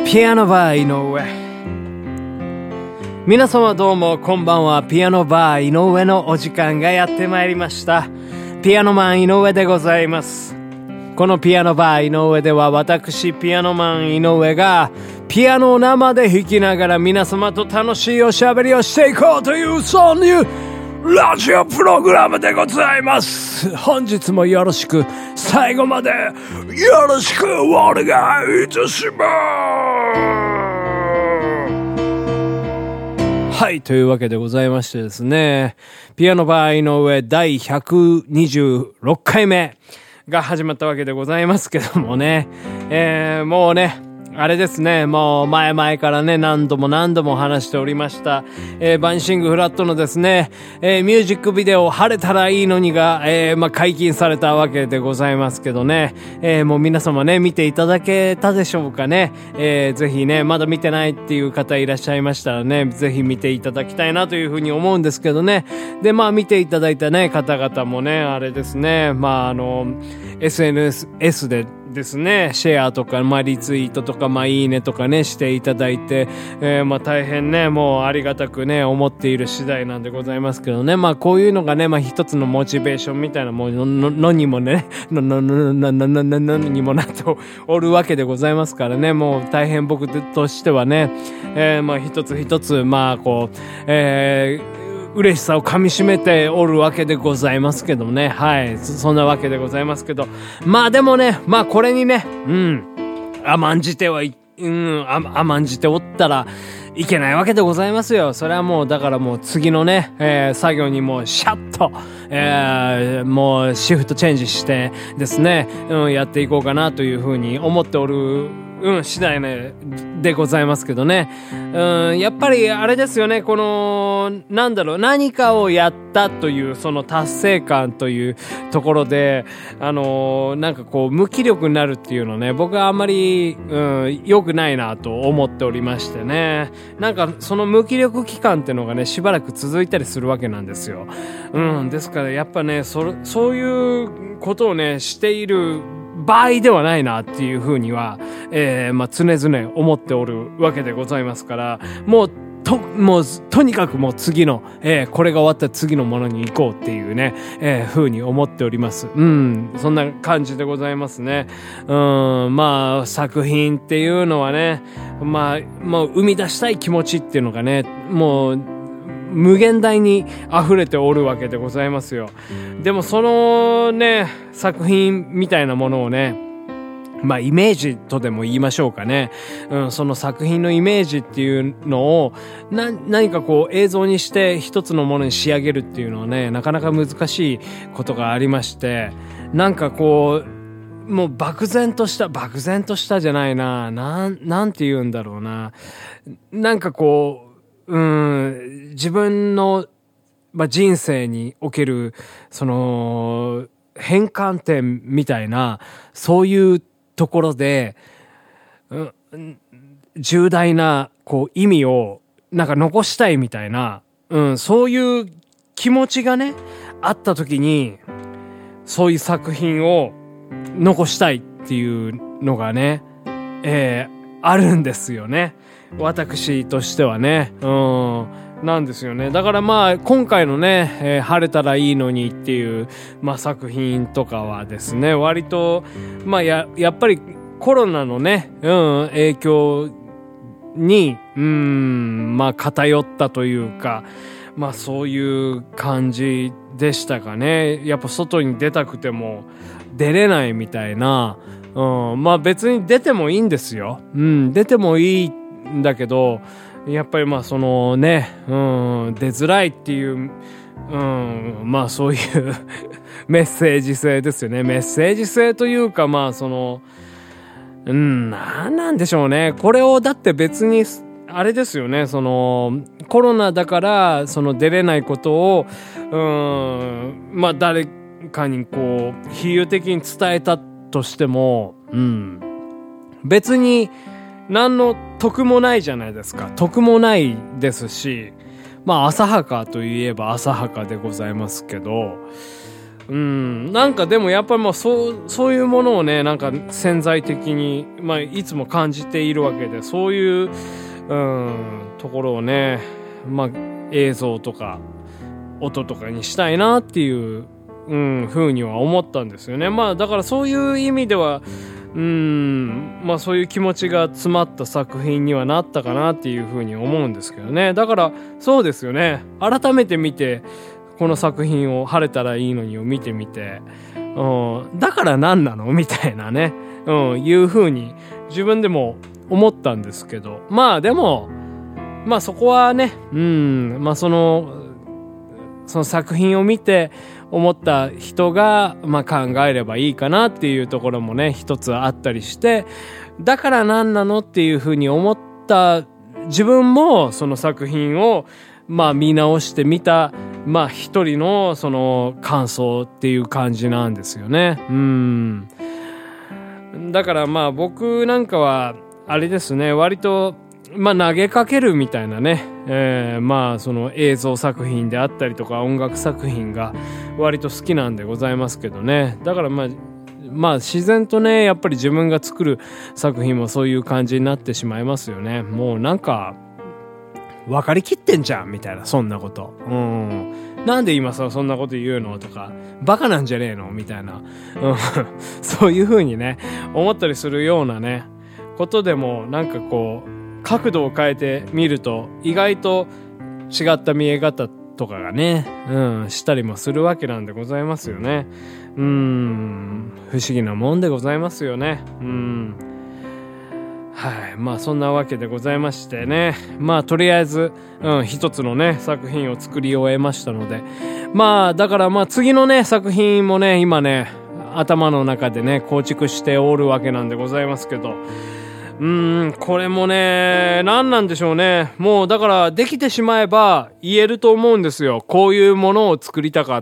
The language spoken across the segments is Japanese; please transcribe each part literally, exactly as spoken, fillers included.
ピアノバー井上。皆様どうもこんばんは。ピアノバー井上のお時間がやってまいりました。ピアノマン井上でございます。このピアノバー井上では、私ピアノマン井上がピアノを生で弾きながら皆様と楽しいおしゃべりをしていこうという、そういうラジオプログラムでございます。本日もよろしく、最後までよろしくお願いいたします。はい、というわけでございましてですね、ピアノバー井上だいひゃくにじゅうろっかいめが始まったわけでございますけどもね、えー、もうね、あれですね、もう前々からね、何度も何度も話しておりました、えー、バンシングフラットのですね、えー、ミュージックビデオ晴れたらいいのにが、えー、まあ、解禁されたわけでございますけどね、えー、もう皆様ね、見ていただけたでしょうかね。えー、ぜひね、まだ見てないっていう方いらっしゃいましたらね、ぜひ見ていただきたいなというふうに思うんですけどね。で、まあ見ていただいたね、方々もね、あれですね、まああの、エスエヌエス でですね、シェアとか、まあリツイートとか、まあいいねとかね、していただいて、えー、まあ大変ね、もうありがたくね、思っている次第なんでございますけどね。まあこういうのがね、まあ一つのモチベーションみたいなものののにもね、ののののののののにもなっておるわけでございますからね、もう大変僕としてはね、えー、まあ一つ一つ、まあこう、えー、嬉しさを噛み締めておるわけでございますけどもね。はい。そ, そんなわけでございますけど。まあでもね、まあこれにね、うん、甘んじてはい、うん、甘んじておったらいけないわけでございますよ。それはもう、だからもう次のね、えー、作業にもうシャッと、えー、もうシフトチェンジしてですね、うん、やっていこうかなというふうに思っておる、うん、次第ね、でございますけどね。うん、やっぱりあれですよね、この、なんだろう、何かをやったという、その達成感というところで、あのー、なんかこう、無気力になるっていうのね、僕はあんまり、うん、良くないなと思っておりましてね。なんか、その無気力期間っていうのがね、しばらく続いたりするわけなんですよ。うん、ですからやっぱね、そ、そういうことをね、している、場合ではないなっていうふうには、えー、まあ、常々思っておるわけでございますから、もう、と、もう、とにかくもう次の、えー、これが終わったら次のものに行こうっていうね、えー、ふうに思っております。うん、そんな感じでございますね。うん、まあ、作品っていうのはね、まあ、もう生み出したい気持ちっていうのがね、もう、無限大に溢れておるわけでございますよ。でもそのね、作品みたいなものをね、まあイメージとでも言いましょうかね。うん、その作品のイメージっていうのをな、何かこう映像にして一つのものに仕上げるっていうのはね、なかなか難しいことがありまして、なんかこう、もう漠然とした、漠然としたじゃないな、なん、なんて言うんだろうな。なんかこう、うん、自分の、まあ、人生における、その、変換点みたいな、そういうところで、うん、重大な、こう、意味を、なんか残したいみたいな、うん、そういう気持ちがね、あった時に、そういう作品を残したいっていうのがね、えー、あるんですよね。私としてはね、うん、なんですよね。だからまあ、今回のね、えー、晴れたらいいのにっていう、まあ作品とかはですね、割と、まあや、やっぱりコロナのね、うん、影響に、うん、まあ偏ったというか、まあそういう感じでしたかね。やっぱ外に出たくても出れないみたいな、うん、まあ別に出てもいいんですよ。うん、出てもいいだけど、やっぱりまあそのね、うん、出づらいっていう、うん、まあそういうメッセージ性ですよね。メッセージ性というか、まあその、うん、なんなんでしょうね。これをだって別に、あれですよね、その、コロナだから、その出れないことを、うん、まあ誰かにこう、比喩的に伝えたとしても、うん、別に、何の得もないじゃないですか。得もないですし、まあ浅はかといえば浅はかでございますけど、 うん、なんかでもやっぱりもうそう、そういうものをね、なんか潜在的に、まあいつも感じているわけで、そういう、うん、ところをね、まあ映像とか音とかにしたいなっていう、うん、ふうには思ったんですよね。まあだからそういう意味では、うん、まあそういう気持ちが詰まった作品にはなったかなっていうふうに思うんですけどね。だからそうですよね。改めて見て、この作品を晴れたらいいのにを見てみて、うん、だから何なのみたいなね、うん、いうふうに自分でも思ったんですけど、まあでも、まあそこはね、うん、まあその、その作品を見て思った人が、まあ考えればいいかなっていうところもね、一つあったりして、だから何なのっていうふうに思った自分もその作品を、まあ見直してみた、まあ一人のその感想っていう感じなんですよね。うん。だからまあ僕なんかは、あれですね、割と、まあ投げかけるみたいなね、えー、まあその映像作品であったりとか音楽作品が割と好きなんでございますけどね。だからまあ、まあ自然とね、やっぱり自分が作る作品もそういう感じになってしまいますよね。もうなんか、分かりきってんじゃんみたいな、そんなこと。うん。なんで今さ、そんなこと言うのとか、バカなんじゃねえのみたいな。うん。そういう風にね、思ったりするようなね、ことでも、なんかこう、角度を変えてみると、意外と違った見え方とかがね、うん、したりもするわけなんでございますよね。うん。不思議なもんでございますよね。うん。はい。まあそんなわけでございましてね。まあとりあえず、うん、一つのね、作品を作り終えましたので。まあだからまあ次のね、作品もね、今ね、頭の中でね、構築しておるわけなんでございますけど。うーん、これもね、何なんでしょうね。もうだからできてしまえば言えると思うんですよ。こういうものを作りたかった。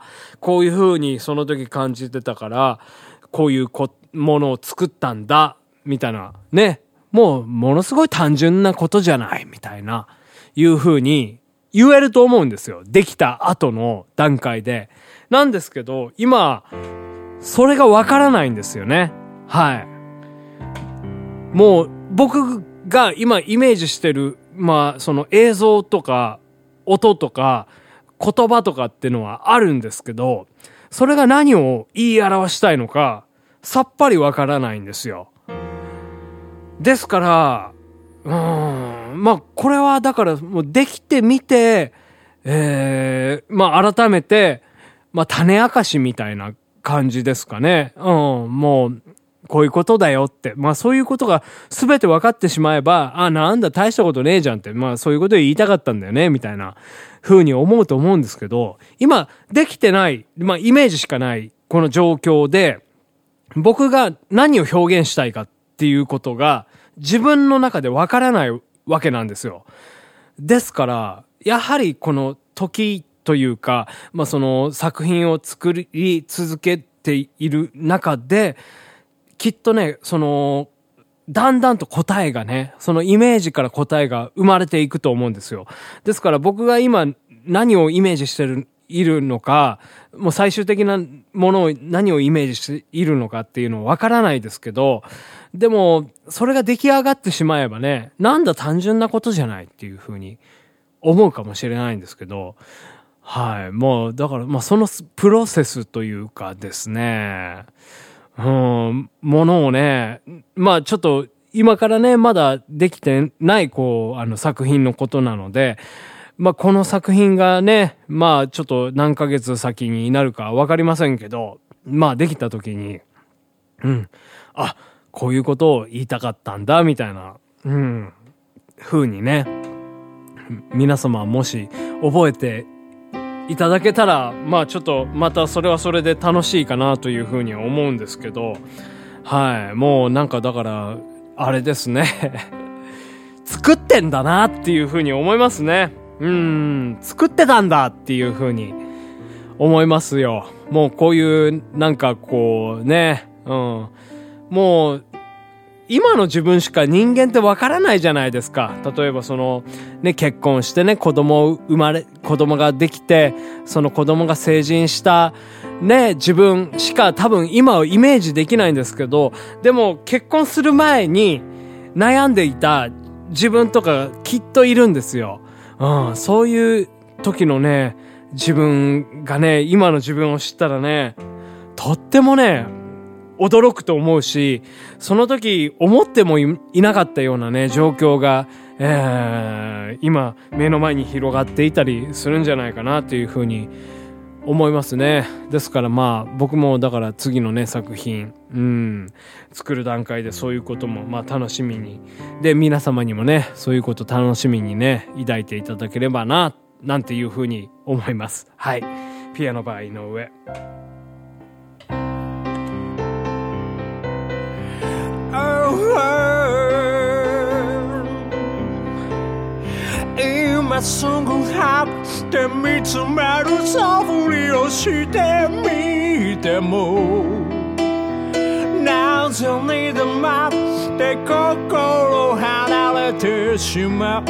こういう風にその時感じてたから、こういうこものを作ったんだ。みたいな。ね。もう、ものすごい単純なことじゃない。みたいな。いう風に言えると思うんですよ。できた後の段階で。なんですけど、今、それがわからないんですよね。はい。もう、僕が今イメージしてる、まあ、その映像とか、音とか、言葉とかってのはあるんですけど、それが何を言い表したいのか、さっぱりわからないんですよ。ですから、うーん、まあ、これはだからもうできてみて、えー、まあ、改めて、まあ、種明かしみたいな感じですかね。うん、もう、こういうことだよって。まあ、そういうことが全て分かってしまえば、あ、なんだ、大したことねえじゃんって。まあ、そういうことを言いたかったんだよね、みたいな風に思うと思うんですけど、今、できてない、まあ、イメージしかない、この状況で、僕が何を表現したいかっていうことが自分の中でわからないわけなんですよ。ですから、やはりこの時というか、まあその作品を作り続けている中で、きっとね、その、だんだんと答えがね、そのイメージから答えが生まれていくと思うんですよ。ですから僕が今何をイメージしてるいるのか、もう最終的なものを何をイメージしているのかっていうのはわからないですけど、でもそれが出来上がってしまえばね、なんだ単純なことじゃないっていうふうに思うかもしれないんですけど、はい、もうだからまあそのプロセスというかですね、うん、ものをね、まあちょっと今からねまだできてないこうあの作品のことなので。まあ、この作品がね、まあ、ちょっと何ヶ月先になるかわかりませんけど、まあ、できた時に、うん、あ、こういうことを言いたかったんだ、みたいな、うん、風にね、皆様もし覚えていただけたら、まあ、ちょっとまたそれはそれで楽しいかなという風には思うんですけど、はい、もうなんかだから、あれですね、作ってんだなっていう風に思いますね。うーん、作ってたんだっていう風に思いますよ。もうこういうなんかこうね、うん、もう今の自分しか人間ってわからないじゃないですか。例えばその、ね、結婚してね、子供を生まれ、子供ができて、その子供が成人した、ね、自分しか多分今はイメージできないんですけど、でも結婚する前に悩んでいた自分とかきっといるんですよ。うん、そういう時のね、自分がね、今の自分を知ったらね、とってもね、驚くと思うし、その時思っても い, いなかったようなね、状況が、えー、今目の前に広がっていたりするんじゃないかなというふうに思いますね。ですからまあ僕もだから次のね作品、うん、作る段階でそういうこともまあ楽しみに、で皆様にもねそういうこと楽しみにね抱いていただければななんていうふうに思います。はい、ピアノバー井上。今すぐ張って見つめる素振りをしてみても、なぜにでもって心離れてしまう。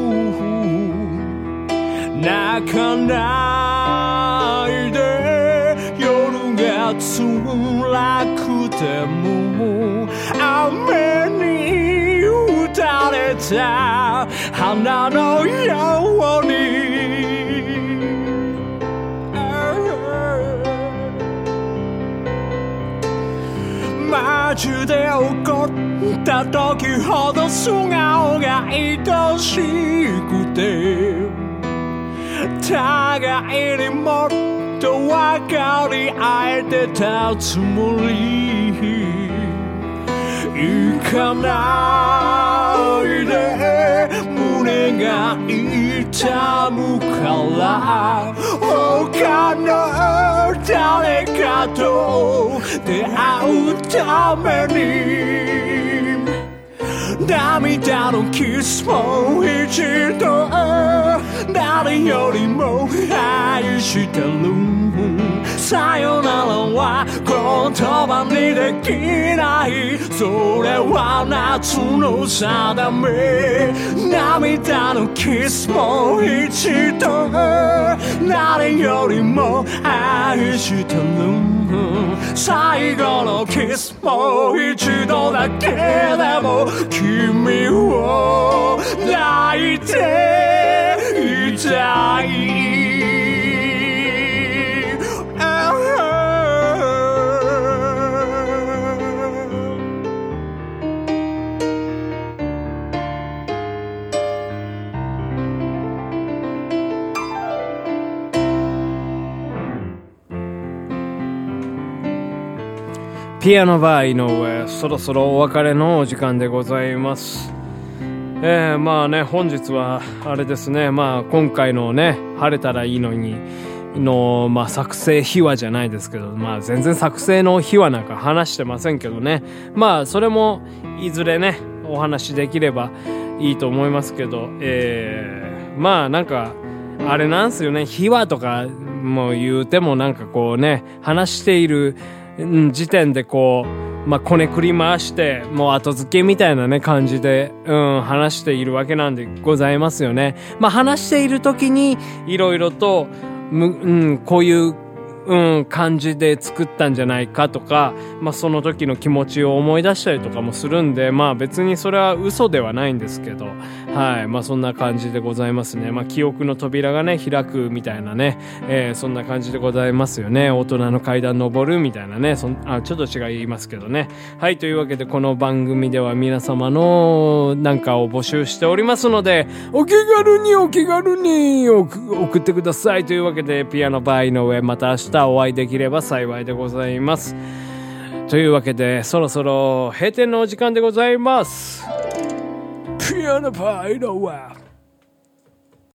泣かないで夜が辛くても、雨に打たれた花のように街で起こった時ほど素顔が愛しくて、互いにもっと分かり合えてたつもり。行かないで胸が痛むから他の誰かと出会うために、涙のキスも一度誰よりも愛してる。さよならは言葉にできない、それは夏の定め。涙のキスも一度誰よりも愛してる。最後のキスも一度だけでも君を抱いていたい。ピアノバー井上、そろそろお別れのお時間でございます。えー、まあね、本日はあれですね、まあ今回のね、晴れたらいいのにの、まあ作成秘話じゃないですけど、まあ全然作成の秘話なんか話してませんけどね、まあそれもいずれね、お話できればいいと思いますけど、えー、まあなんか、あれなんすよね、秘話とかも言うてもなんかこうね、話している時点でこう、まあ、こねくり回して、もう後付けみたいなね、感じで、うん、話しているわけなんでございますよね。まあ、話している時に、いろいろと、む、うん、こういう、うん、感じで作ったんじゃないかとか、まあ、その時の気持ちを思い出したりとかもするんで、まあ、別にそれは嘘ではないんですけど、はい、まあ、そんな感じでございますね。まあ、記憶の扉がね、開くみたいなね、えー、そんな感じでございますよね。大人の階段登るみたいなね、そんあ、ちょっと違いますけどね。はい、というわけで、この番組では皆様のなんかを募集しておりますので、お気軽にお気軽に送ってください。というわけで、ピアノバー井上、また明日お会いできれば幸いでございます。というわけで、そろそろ閉店のお時間でございます。ピアノバー井上。